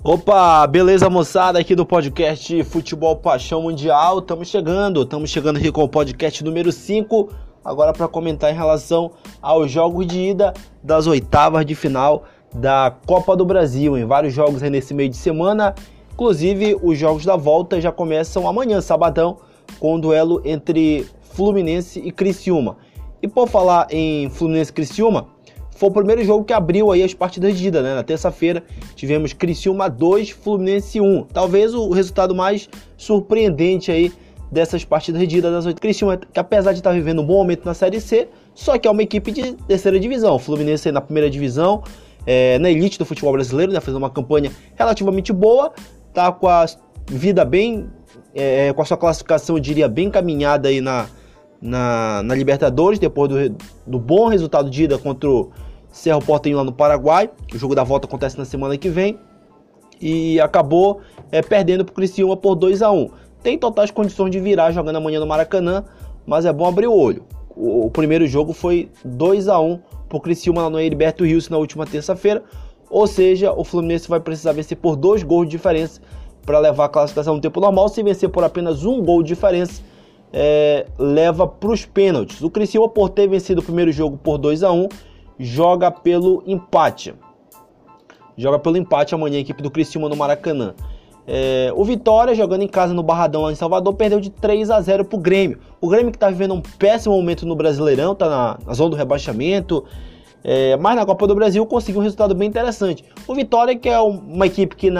Opa, beleza moçada aqui do podcast Futebol Paixão Mundial, estamos chegando aqui com o podcast número 5, agora para comentar em relação aos jogos de ida das oitavas de final da Copa do Brasil, em vários jogos aí nesse meio de semana, inclusive os jogos da volta já começam amanhã, sabadão, com um duelo entre Fluminense e Criciúma. E por falar em Fluminense e Criciúma, foi o primeiro jogo que abriu aí as partidas de ida, né? Na terça-feira tivemos Criciúma 2, Fluminense 1. Talvez o resultado mais surpreendente aí dessas partidas de ida das oito. Criciúma, que apesar de estar vivendo um bom momento na Série C, só que é uma equipe de terceira divisão. O Fluminense aí na primeira divisão, na elite do futebol brasileiro, né? Fazendo uma campanha relativamente boa, tá com a vida bem, com a sua classificação, eu diria, bem caminhada aí na Libertadores, depois do bom resultado de ida contra o Cerro Porteño lá no Paraguai. O jogo da volta acontece na semana que vem. E acabou perdendo para o Criciúma por 2-1. Tem totais condições de virar jogando amanhã no Maracanã, mas é bom abrir o olho. O primeiro jogo foi 2-1 para o Criciúma lá no Heriberto Rios na última terça-feira. Ou seja, o Fluminense vai precisar vencer por 2 gols de diferença para levar a classificação no tempo normal. Se vencer por apenas 1 gol de diferença, leva para os pênaltis. O Criciúma, por ter vencido o primeiro jogo por 2-1, joga pelo empate. Amanhã a equipe do Criciúma no Maracanã. O Vitória, jogando em casa no Barradão lá em Salvador, perdeu de 3-0 para o Grêmio. O Grêmio que está vivendo um péssimo momento no Brasileirão, está na zona do rebaixamento, mas na Copa do Brasil conseguiu um resultado bem interessante. O Vitória, que é uma equipe que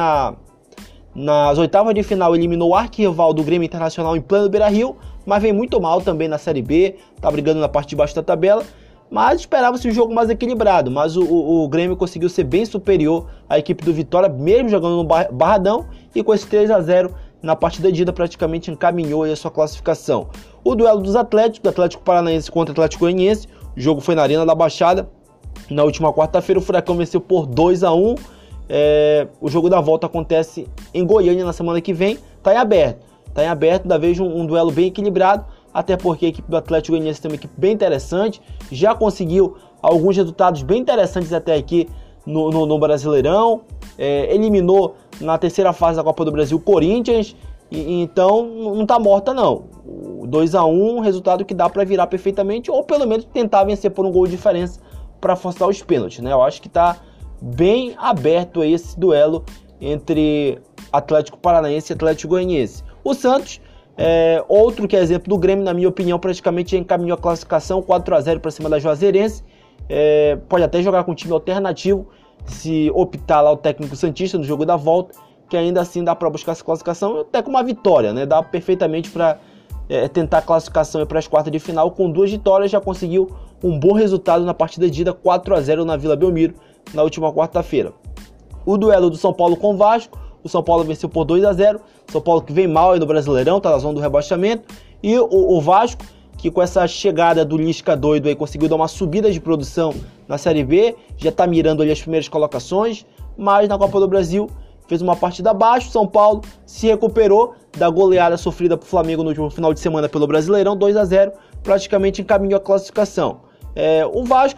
nas oitavas de final eliminou o arquirrival do Grêmio Internacional em pleno Beira-Rio, mas vem muito mal também na Série B, tá brigando na parte de baixo da tabela, mas esperava-se um jogo mais equilibrado, mas o Grêmio conseguiu ser bem superior à equipe do Vitória, mesmo jogando no Barradão, e com esse 3-0 na partida de ida praticamente encaminhou aí a sua classificação. O duelo dos Atléticos, do Atlético Paranaense contra o Atlético Goianiense, o jogo foi na Arena da Baixada, na última quarta-feira o Furacão venceu por 2-1, o jogo da volta acontece em Goiânia na semana que vem, tá em aberto, da vez um duelo bem equilibrado, até porque a equipe do Atlético Goianiense tem uma equipe bem interessante, já conseguiu alguns resultados bem interessantes até aqui no Brasileirão, eliminou na terceira fase da Copa do Brasil o Corinthians, então não tá morta não. 2-1, resultado que dá para virar perfeitamente, ou pelo menos tentar vencer por um gol de diferença para forçar os pênaltis, né? Eu acho que tá bem aberto aí esse duelo entre Atlético Paranaense e Atlético Goianiense. O Santos, outro que é exemplo do Grêmio, na minha opinião, praticamente encaminhou a classificação 4-0 para cima da Juazeirense. Pode até jogar com um time alternativo, se optar lá o técnico santista no jogo da volta, que ainda assim dá para buscar essa classificação, até com uma vitória, né? Dá perfeitamente para tentar a classificação para as quartas de final. Com 2 vitórias já conseguiu um bom resultado na partida de ida, 4-0 na Vila Belmiro, na última quarta-feira. O duelo do São Paulo com o Vasco, o São Paulo venceu por 2-0, São Paulo que vem mal aí no Brasileirão, tá na zona do rebaixamento, e o Vasco, que com essa chegada do Lisca doido aí conseguiu dar uma subida de produção na Série B, já tá mirando ali as primeiras colocações, mas na Copa do Brasil fez uma partida abaixo. São Paulo se recuperou da goleada sofrida pro Flamengo no último final de semana pelo Brasileirão, 2-0, praticamente encaminhou a classificação. O Vasco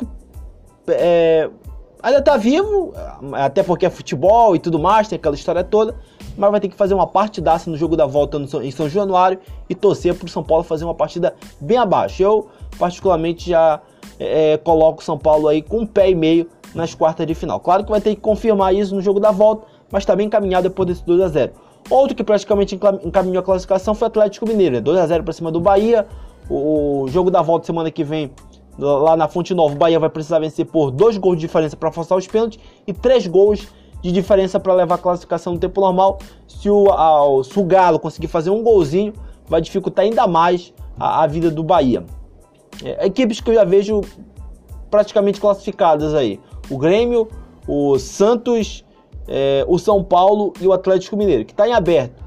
ainda tá vivo, até porque é futebol e tudo mais, tem aquela história toda, mas vai ter que fazer uma partidaça no jogo da volta em São Januário e torcer pro São Paulo fazer uma partida bem abaixo. Eu, particularmente, já coloco o São Paulo aí com 1,5 pé nas quartas de final. Claro que vai ter que confirmar isso no jogo da volta, mas tá bem encaminhado depois desse 2-0. Outro que praticamente encaminhou a classificação foi o Atlético Mineiro, né? 2-0 para cima do Bahia. O jogo da volta semana que vem, lá na Fonte Nova, o Bahia vai precisar vencer por 2 gols de diferença para forçar os pênaltis e 3 gols de diferença para levar a classificação no tempo normal. Se o Galo conseguir fazer um golzinho, vai dificultar ainda mais a vida do Bahia. Equipes que eu já vejo praticamente classificadas aí: o Grêmio, o Santos, o São Paulo e o Atlético Mineiro, que está em aberto.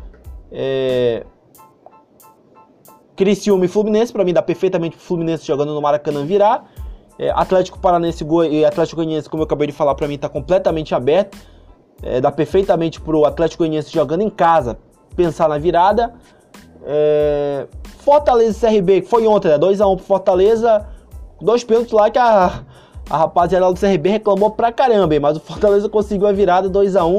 Criciúma e Fluminense, para mim dá perfeitamente pro Fluminense jogando no Maracanã virar. Atlético Paranaense e Atlético Goianiense, como eu acabei de falar, para mim tá completamente aberto. Dá perfeitamente pro Atlético Goianiense jogando em casa pensar na virada. Fortaleza e CRB, que foi ontem, né? 2-1 pro Fortaleza, 2 pênaltis lá que a rapaziada do CRB reclamou pra caramba, mas o Fortaleza conseguiu a virada 2-1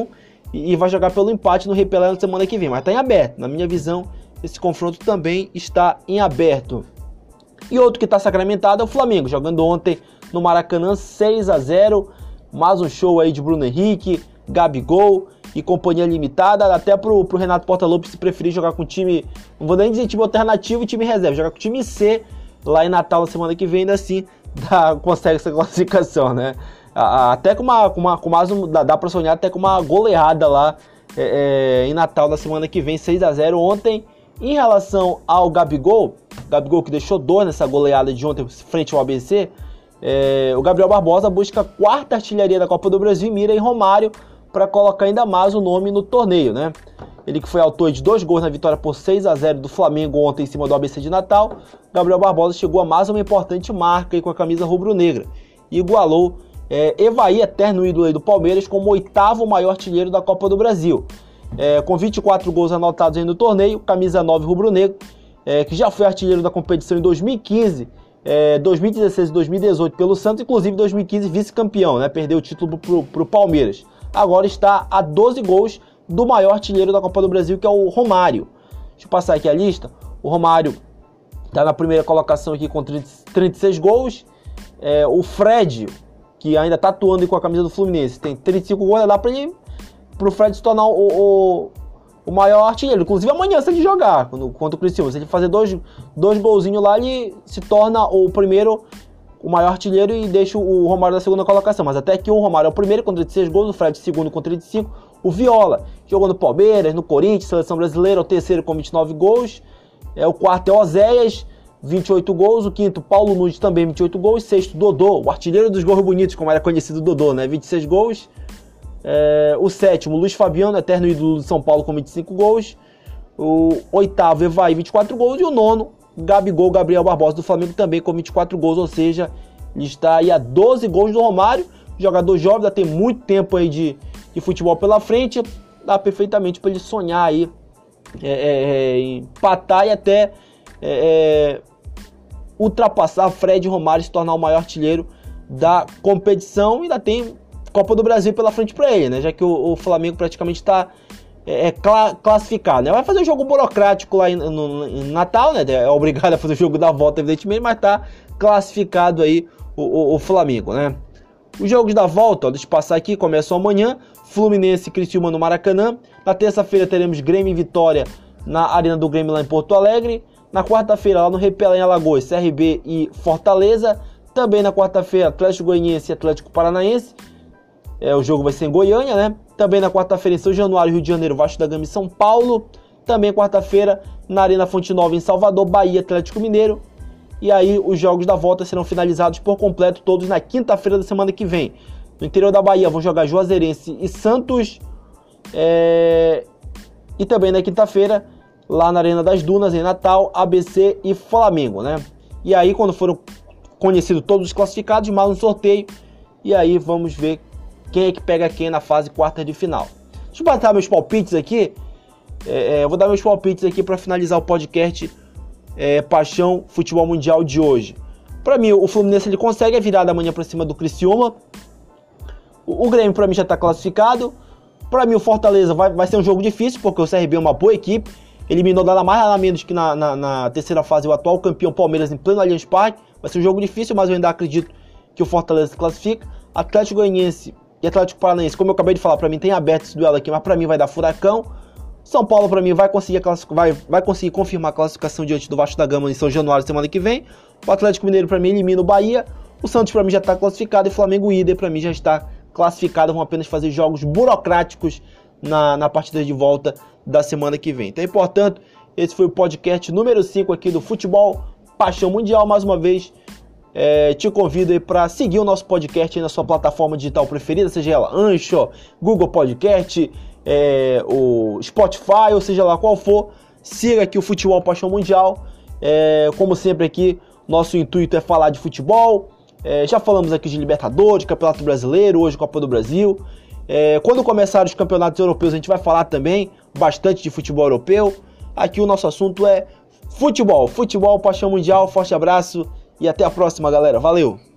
e vai jogar pelo empate no Repelé na semana que vem, mas está em aberto. Na minha visão, esse confronto também está em aberto. E outro que está sacramentado é o Flamengo, jogando ontem no Maracanã 6-0, mais um show aí de Bruno Henrique, Gabigol e companhia limitada, até pro Renato Portaluppi se preferir jogar com time, não vou nem dizer time alternativo e time reserva, jogar com time C lá em Natal na semana que vem, ainda assim consegue essa classificação, né? Até com mais dá pra sonhar até com uma goleada lá em Natal na semana que vem, 6-0 ontem. Em relação ao Gabigol que deixou dor nessa goleada de ontem frente ao ABC, o Gabriel Barbosa busca a 4ª artilharia da Copa do Brasil e mira em Romário para colocar ainda mais o nome no torneio, né? Ele que foi autor de 2 gols na vitória por 6-0 do Flamengo ontem em cima do ABC de Natal, Gabriel Barbosa chegou a mais uma importante marca aí com a camisa rubro-negra e igualou Evaí, eterno ídolo aí do Palmeiras, como o 8º maior artilheiro da Copa do Brasil. Com 24 gols anotados aí no torneio, camisa 9 rubro-negro, que já foi artilheiro da competição em 2015, 2016 e 2018 pelo Santos, inclusive 2015 vice-campeão, né? Perdeu o título pro Palmeiras. Agora está a 12 gols do maior artilheiro da Copa do Brasil, que é o Romário. Deixa eu passar aqui a lista. O Romário está na primeira colocação aqui com 36 gols. O Fred, que ainda está atuando com a camisa do Fluminense, tem 35 gols, dá para o Fred se tornar o maior artilheiro. Inclusive amanhã, se ele jogar contra o Criciúma, se ele fazer dois golzinhos lá, ele se torna o maior artilheiro e deixa o Romário na segunda colocação. Mas até que o Romário é o primeiro com 36 gols, o Fred segundo com 35, o Viola jogou no Palmeiras, no Corinthians, Seleção Brasileira, o terceiro com 29 gols, o quarto é Oséias, 28 gols, o quinto Paulo Nunes também 28 gols, sexto Dodô, o artilheiro dos gols bonitos, como era conhecido Dodô, né, 26 gols, o sétimo Luiz Fabiano, eterno ídolo de São Paulo com 25 gols, o oitavo Evaí 24 gols e o nono Gabigol, Gabriel Barbosa do Flamengo também com 24 gols, ou seja, ele está aí a 12 gols do Romário, jogador jovem, ainda tem muito tempo aí de futebol pela frente, dá perfeitamente para ele sonhar aí, empatar e até ultrapassar Fred e Romário e se tornar o maior artilheiro da competição. Ainda tem Copa do Brasil pela frente para ele, né? Já que o Flamengo praticamente está classificado, né? Vai fazer um jogo burocrático lá em Natal, né? É obrigado a fazer o jogo da volta, evidentemente, mas está classificado aí o Flamengo, né? Os jogos da volta, deixa eu passar aqui, começam amanhã, Fluminense e Criciúma no Maracanã. Na terça-feira teremos Grêmio e Vitória na Arena do Grêmio lá em Porto Alegre. Na quarta-feira lá no Repelé em Alagoas, CRB e Fortaleza. Também na quarta-feira, Atlético Goianiense e Atlético Paranaense. O jogo vai ser em Goiânia, né? Também na quarta-feira em São Januário, Rio de Janeiro, Vasco da Gama e São Paulo. Também quarta-feira na Arena Fonte Nova em Salvador, Bahia, Atlético Mineiro. E aí os jogos da volta serão finalizados por completo todos na quinta-feira da semana que vem. No interior da Bahia vão jogar Juazeirense e Santos. E também na quinta-feira, lá na Arena das Dunas, em Natal, ABC e Flamengo, né? E aí quando foram conhecidos todos os classificados, mais um sorteio. E aí vamos ver quem é que pega quem na fase quarta de final. Deixa eu passar meus palpites aqui. Eu vou dar meus palpites aqui para finalizar o podcast Paixão Futebol Mundial de hoje. Para mim, o Fluminense ele consegue a virada amanhã para cima do Criciúma. O Grêmio para mim já está classificado. Para mim o Fortaleza vai ser um jogo difícil, porque o CRB é uma boa equipe. Eliminou nada mais nada menos que na terceira fase o atual campeão Palmeiras em pleno Allianz Parque. Vai ser um jogo difícil, mas eu ainda acredito que o Fortaleza se classifica. Atlético Goianiense e Atlético Paranaense, como eu acabei de falar, para mim tem aberto esse duelo aqui, mas para mim vai dar furacão. São Paulo, para mim, vai conseguir confirmar a classificação diante do Vasco da Gama em São Januário semana que vem. O Atlético Mineiro, para mim, elimina o Bahia. O Santos, para mim, já está classificado. E o Flamengo Idem, para mim, já está classificado. Vão apenas fazer jogos burocráticos na partida de volta da semana que vem. Então, portanto, esse foi o podcast número 5 aqui do Futebol Paixão Mundial. Mais uma vez, te convido aí para seguir o nosso podcast aí na sua plataforma digital preferida, seja ela Anchor, Google Podcast, o Spotify, ou seja lá qual for. Siga aqui o Futebol Paixão Mundial. Como sempre aqui, nosso intuito é falar de futebol. Já falamos aqui de Libertadores, Campeonato Brasileiro, hoje Copa do Brasil. Quando começarem os campeonatos europeus, a gente vai falar também bastante de futebol europeu. Aqui o nosso assunto é futebol. Futebol Paixão Mundial. Forte abraço e até a próxima, galera. Valeu!